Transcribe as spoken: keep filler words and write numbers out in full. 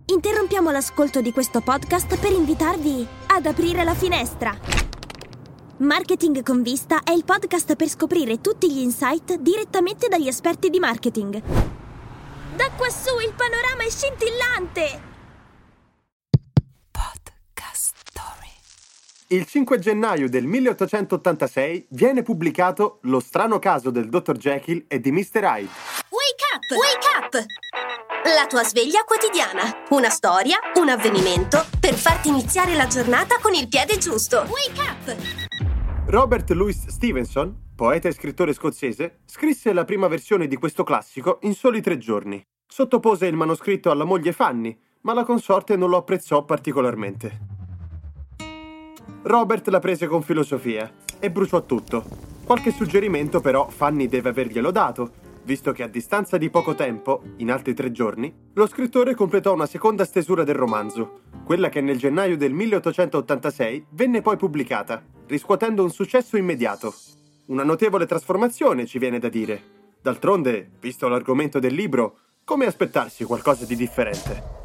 Interrompiamo l'ascolto di questo podcast per invitarvi ad aprire la finestra. Marketing con Vista è il podcast per scoprire tutti gli insight direttamente dagli esperti di marketing. Da quassù il panorama è scintillante! Podcast Story. Il cinque gennaio del milleottocentottantasei viene pubblicato Lo strano caso del dottor Jekyll e di mister Hyde. Wake up! Wake up! La tua sveglia quotidiana. Una storia, un avvenimento per farti iniziare la giornata con il piede giusto. Wake up! Robert Louis Stevenson, poeta e scrittore scozzese, scrisse la prima versione di questo classico in soli tre giorni. Sottopose il manoscritto alla moglie Fanny, ma la consorte non lo apprezzò particolarmente. Robert la prese con filosofia e bruciò tutto. Qualche suggerimento però Fanny deve averglielo dato, visto che a distanza di poco tempo, in altri tre giorni, lo scrittore completò una seconda stesura del romanzo, quella che nel gennaio del milleottocentottantasei venne poi pubblicata, riscuotendo un successo immediato. Una notevole trasformazione, ci viene da dire. D'altronde, visto l'argomento del libro, come aspettarsi qualcosa di differente?